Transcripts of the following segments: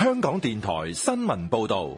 香港電台新聞報道。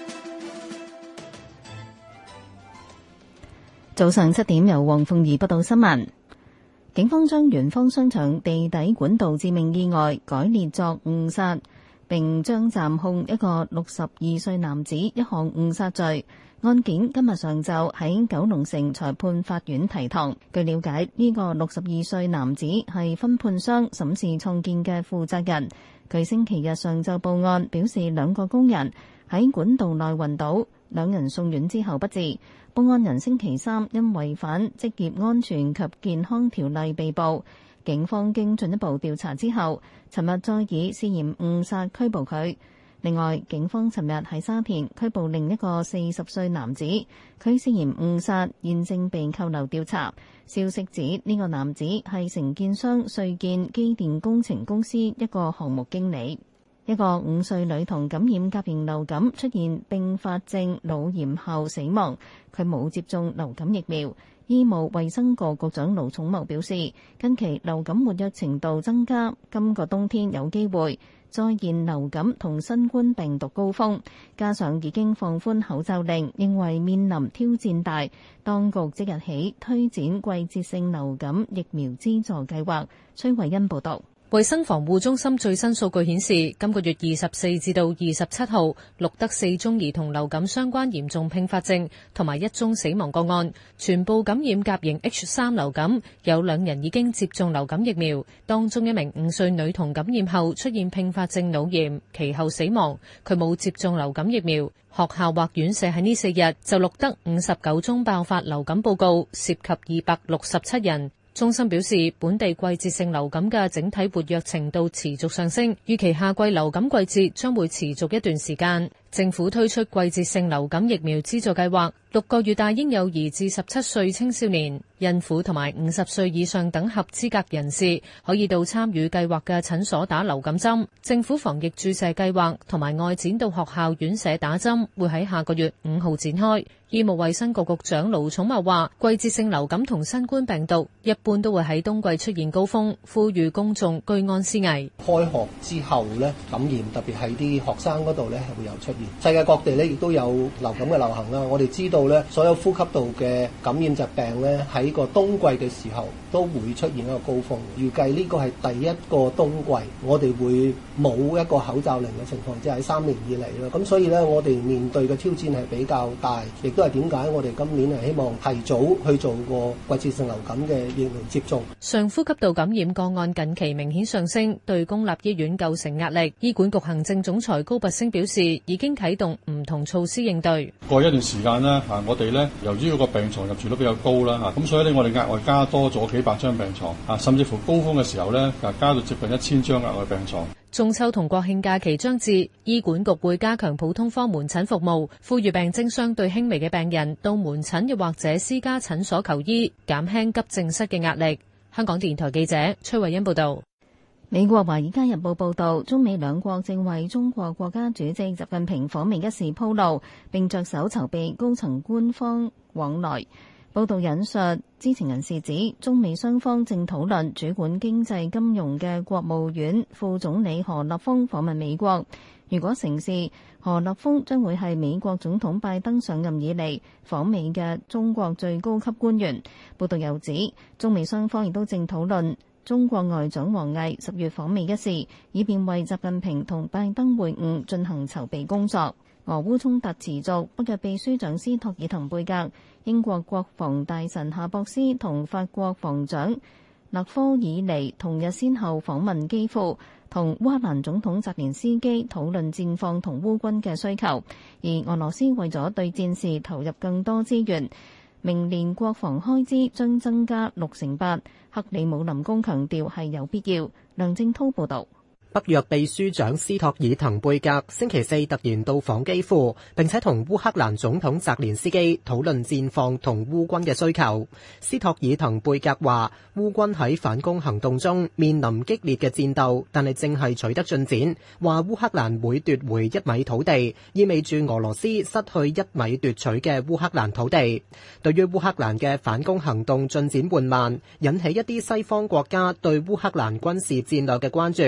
早上7點，由黃鳳儀報道新聞。警方將元芳商場地底管道致命意外改列作誤殺，並將暫控一個62歲男子一項誤殺罪。案件今日上晝喺九龍城裁判法院提堂。據了解，呢個62歲男子係分判商沈氏創建嘅負責人。佢星期日上晝報案，表示兩個工人喺管道內暈倒，兩人送院之後不治。報案人星期三因違反職業安全及健康條例被捕。警方經進一步調查之後，尋日再以涉嫌誤殺拘捕佢。另外，警方尋日喺沙田拘捕另一個40歲男子，佢涉嫌誤殺，現正被扣留調查。消息指呢個男子係承建商瑞建機電工程公司一個項目經理。一個5歲女童感染甲型流感，出現併發症腦炎後死亡，佢冇接種流感疫苗。醫務衛生局局長盧寵茂表示，近期流感活躍程度增加，今個冬天有機會再現流感同新冠病毒高峰，加上已經放寬口罩令，認為面臨挑戰大，當局即日起推展季節性流感疫苗資助計劃。崔慧欣報道。 衛生防護中心最新數據顯示，今個月24至到27號錄得4宗兒童流感相關嚴重併發症，同埋1宗死亡個案，全部感染甲型 H3 流感，有2人已經接種流感疫苗。當中一名5歲女童感染後出現併發症腦炎，其後死亡，佢冇接種流感疫苗。學校或院舍喺呢4日就錄得59宗爆發流感報告，涉及267人。中心表示，本地季節性流感嘅整體活躍程度持續上升，預期夏季流感季節將會持續一段時間。政府推出季節性流感疫苗資助計劃，6個月大嬰幼兒至17歲青少年、孕婦同埋50歲以上等合資格人士可以到參與計劃嘅診所打流感針。政府防疫注射計劃同埋外展到學校院舍打針會喺下個月5號展開。醫務衛生局局長盧寵茂話，季節性流感同新冠病毒一般都會喺冬季出現高峰，呼籲公眾居安思危。 開學之後咧，感染特別係啲學生嗰度咧係會有出現。世界各地咧亦都有流感嘅流行啦。我哋知道咧，所有呼吸道嘅感染疾病咧喺個冬季嘅時候都會出現一個高峰。預計呢個係第一個冬季，我哋會冇一個口罩令嘅情況，即係喺3年以嚟啦。咁所以咧，我哋面對嘅挑戰係比較大，亦都係點解我哋今年係希望提早去做個季節性流感嘅疫苗接種。 上呼吸道感染個案近期明顯上升，對公立醫院構成壓力。醫管局行政總裁高拔陞表示，已經啟動唔同措施應對。 過一段時間呢，我哋呢由於個病床入住率比較高啦，咁所以呢我哋額外加多咗幾百張病床，甚至乎高峰嘅時候呢，加到接近1000張額外病床。 中秋同國慶假期將至，醫管局會加強普通科門診服務，呼籲病徵相對輕微嘅病人到門診又或者私家診所求醫，減輕急症室嘅壓力。香港電台記者崔慧欣報道。 美國《華爾街日報》報道，中美兩國正為中國國家主席習近平訪美一事鋪路，並着手籌備高層官方往來。報道引述知情人士指，中美雙方正討論主管經濟金融嘅國務院副總理何立峰訪問美國。如果成事，何立峰將會係美國總統拜登上任以嚟訪美嘅中國最高級官員。報道又指，中美雙方亦都正討論中國外長王毅10月訪美一事，以便為習近平同拜登會晤進行籌備工作。俄烏衝突持續，北約秘書長斯托爾滕貝格、英國國防大臣夏博斯同法國防長勒科爾尼同日先後訪問基輔，同烏克蘭總統澤連斯基討論戰況同烏軍嘅需求。而俄羅斯為咗對戰事投入更多資源，明年國防開支將增加8%。克里姆林宮強調係有必要。梁正滔報導。 北約秘書長斯托爾滕貝格星期四突然到訪基輔，並且同烏克蘭總統澤連斯基討論戰況同烏軍嘅需求。斯托爾滕貝格話，烏軍喺反攻行動中面臨激烈嘅戰鬥，但係正係取得進展。話烏克蘭會奪回1米土地，意味住俄羅斯失去1米奪取嘅烏克蘭土地。對於烏克蘭嘅反攻行動進展緩慢，引起一啲西方國家對烏克蘭軍事戰略嘅關注。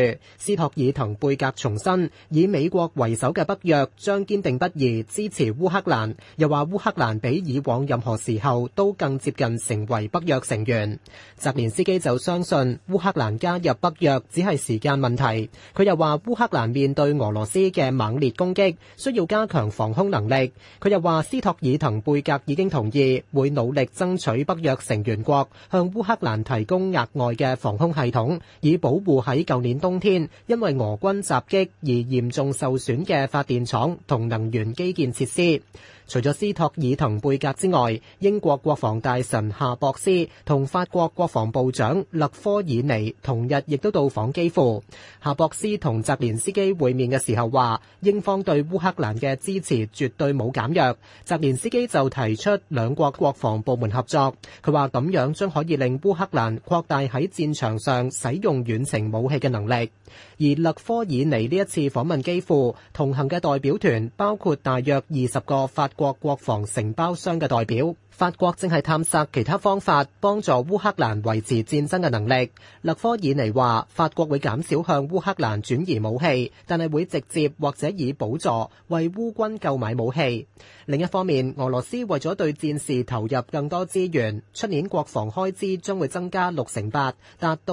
斯托爾滕貝格重申，以美國為首嘅北約將堅定不移支持烏克蘭，又話烏克蘭比以往任何時候都更接近成為北約成員。澤連斯基就相信烏克蘭加入北約只係時間問題。佢又話烏克蘭面對俄羅斯嘅猛烈攻擊，需要加強防空能力。佢又話斯托爾滕貝格已經同意會努力爭取北約成員國向烏克蘭提供額外嘅防空系統，以保護喺舊年冬天因為俄軍襲擊而嚴重受損嘅發電廠同能源基建設施。除咗斯托爾滕貝格之外，英國國防大臣夏博斯同法國國防部長勒科爾尼同日亦都到訪基輔。夏博斯同澤連斯基會面嘅時候話，英方對烏克蘭嘅支持絕對冇減弱。澤連斯基就提出兩國國防部門合作，佢話咁樣將可以令烏克蘭擴大喺戰場上使用遠程武器嘅能力。而勒科爾尼呢一次訪問基輔，同行嘅代表團包括大約20個法國國防承包商嘅代表。法國正係探索其他方法幫助烏克蘭維持戰爭嘅能力。勒科爾尼話，法國會減少向烏克蘭轉移武器，但係會直接或者以補助為烏軍購買武器。另一方面，俄羅斯為咗對戰事投入更多資源，出年國防開支將會增加68%，達到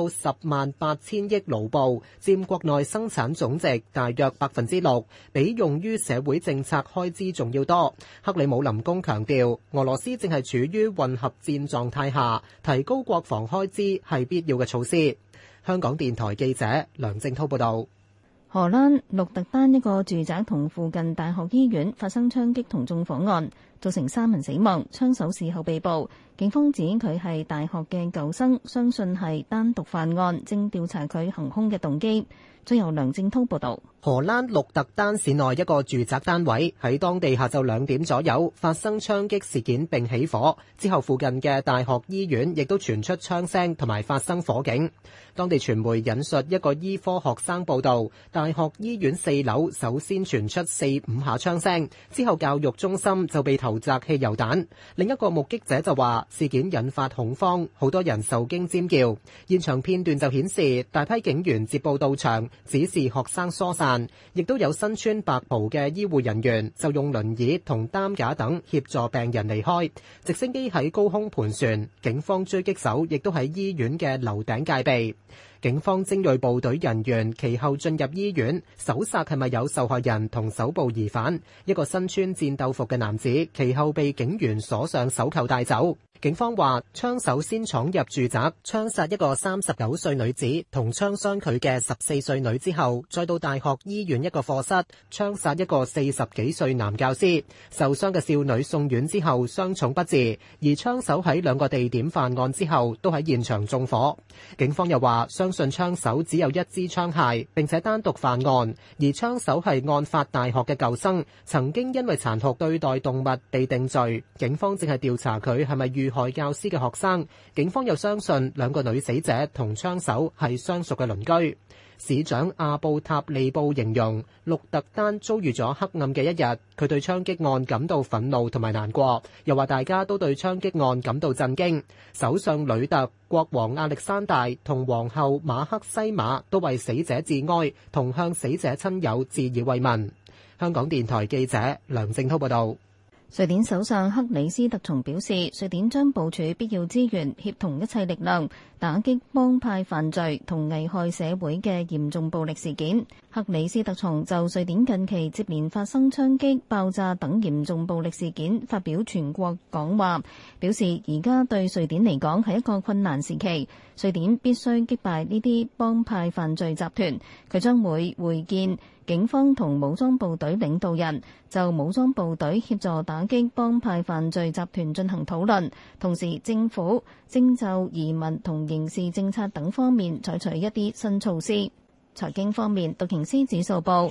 108000億盧布，佔國內生產總值大約6%，比用於社會政策開支仲要多。克里姆林宮強調，俄羅斯正係處於混合戰狀態下，提高國防開支係必要嘅措施。香港電台記者梁正濤報道。 荷蘭鹿特丹一個住宅同附近大學醫院發生槍擊同縱火案，造成3人死亡，槍手事後被捕。警方指佢係大學嘅舊生，相信係單獨犯案，正調查佢行兇嘅動機。再由梁正濤報道。 荷蘭鹿特丹市內一個住宅單位喺當地下晝2點左右發生槍擊事件並起火，之後附近嘅大學醫院亦都傳出槍聲同埋發生火警。當地傳媒引述一個醫科學生報道，大學醫院4樓首先傳出4-5下槍聲，之後教育中心就被投擲汽油彈。另一個目擊者就話，事件引發恐慌，好多人受驚尖叫。現場片段就顯示大批警員接報到場，指示學生疏散，亦都有身穿白袍嘅醫護人員就用輪椅同擔架等協助病人離開。直升機喺高空盤旋，警方狙擊手亦都喺醫院嘅樓頂戒備。警方精銳部隊人員其後進入醫院，搜查係咪有受害人同首部疑犯。一個身穿戰鬥服嘅男子其後被警員鎖上手扣帶走。警方話，槍手先闖入住宅，槍殺一個39歲女子同槍傷佢嘅14歲女之後，再到大學醫院一個課室，槍殺一個40幾歲男教師。受傷嘅少女送院之後傷重不治，而槍手喺2個地點犯案之後都喺現場縱火。警方又話，相信槍手只有1支槍械，並且單獨犯案，而槍手係案發大學嘅舊生，曾經因為殘酷對待動物被定罪。警方正係調查佢係咪遇害教師嘅學生。警方又相信2個女死者同槍手係相熟嘅鄰居。市長阿布塔利布形容鹿特丹遭遇咗黑暗嘅一日，佢對槍擊案感到憤怒同埋難過，又話大家都對槍擊案感到震驚。首相呂特、國王亞歷山大同皇后馬克西馬都為死者致哀，同向死者親友致以慰問。香港電台記者梁正濤報道。 瑞典首相克里斯特松表示，瑞典將部署必要資源，協同一切力量打擊幫派犯罪同危害社會嘅嚴重暴力事件。克里斯特松就瑞典近期接連發生槍擊、爆炸等嚴重暴力事件發表全國講話，表示而家對瑞典嚟講係一個困難時期，瑞典必須擊敗呢啲幫派犯罪集團。佢將會會見警方同武裝部隊領導人，就武裝部隊協助打擊幫派犯罪集團進行討論，同時政府正就移民同刑事政策等方面採取一啲新措施。財經方面，道瓊斯指數報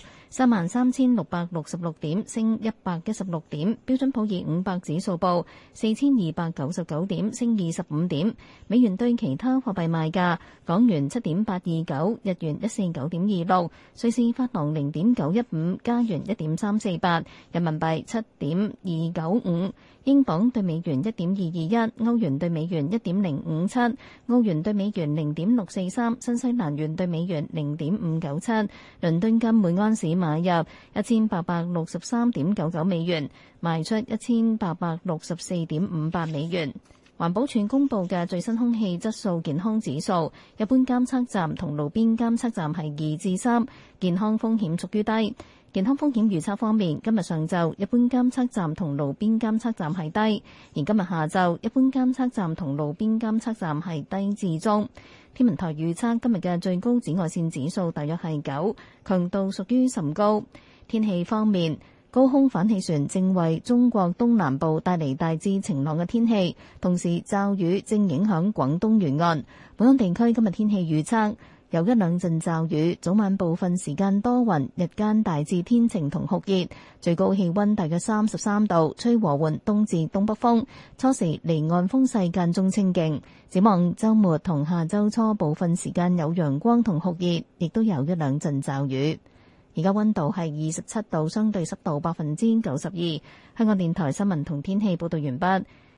33,666點，升116點；標準普爾500指數報4,299點，升25點。美元對其他貨幣賣價：港元7.829，日元149.26，瑞士法郎0.915，加元1.348，人民幣7.295， 英鎊對美元1.221，歐元對美元1.057，澳元對美元0.643，新西蘭元對美元0.597。倫敦金每安士買入1863.99美元，賣出1864.58美元。環保署公布嘅最新空氣質素健康指數，一般監測站同路邊監測站係2至3，健康風險屬於低。健康風險預測方面，今日上晝一般監測站同路邊監測站係低，而今日下晝一般監測站同路邊監測站係低至中。天文台預測今日嘅最高紫外線指數大約係9，強度屬於甚高。天氣方面，高空反氣旋正為中國東南部帶嚟大致晴朗嘅天氣，同時驟雨正影響廣東沿岸。本港地區今日天氣預測有一兩陣驟雨，早晚部分時間多雲，日間大致天晴同酷熱，最高氣溫大約33度，吹和緩東至東北風，初時離岸風勢間中清勁。展望週末同下週初部分時間有陽光同酷熱，亦都有一兩陣驟雨。而家溫度係27度，相對濕度92%。香港電台新聞同天氣報道完畢。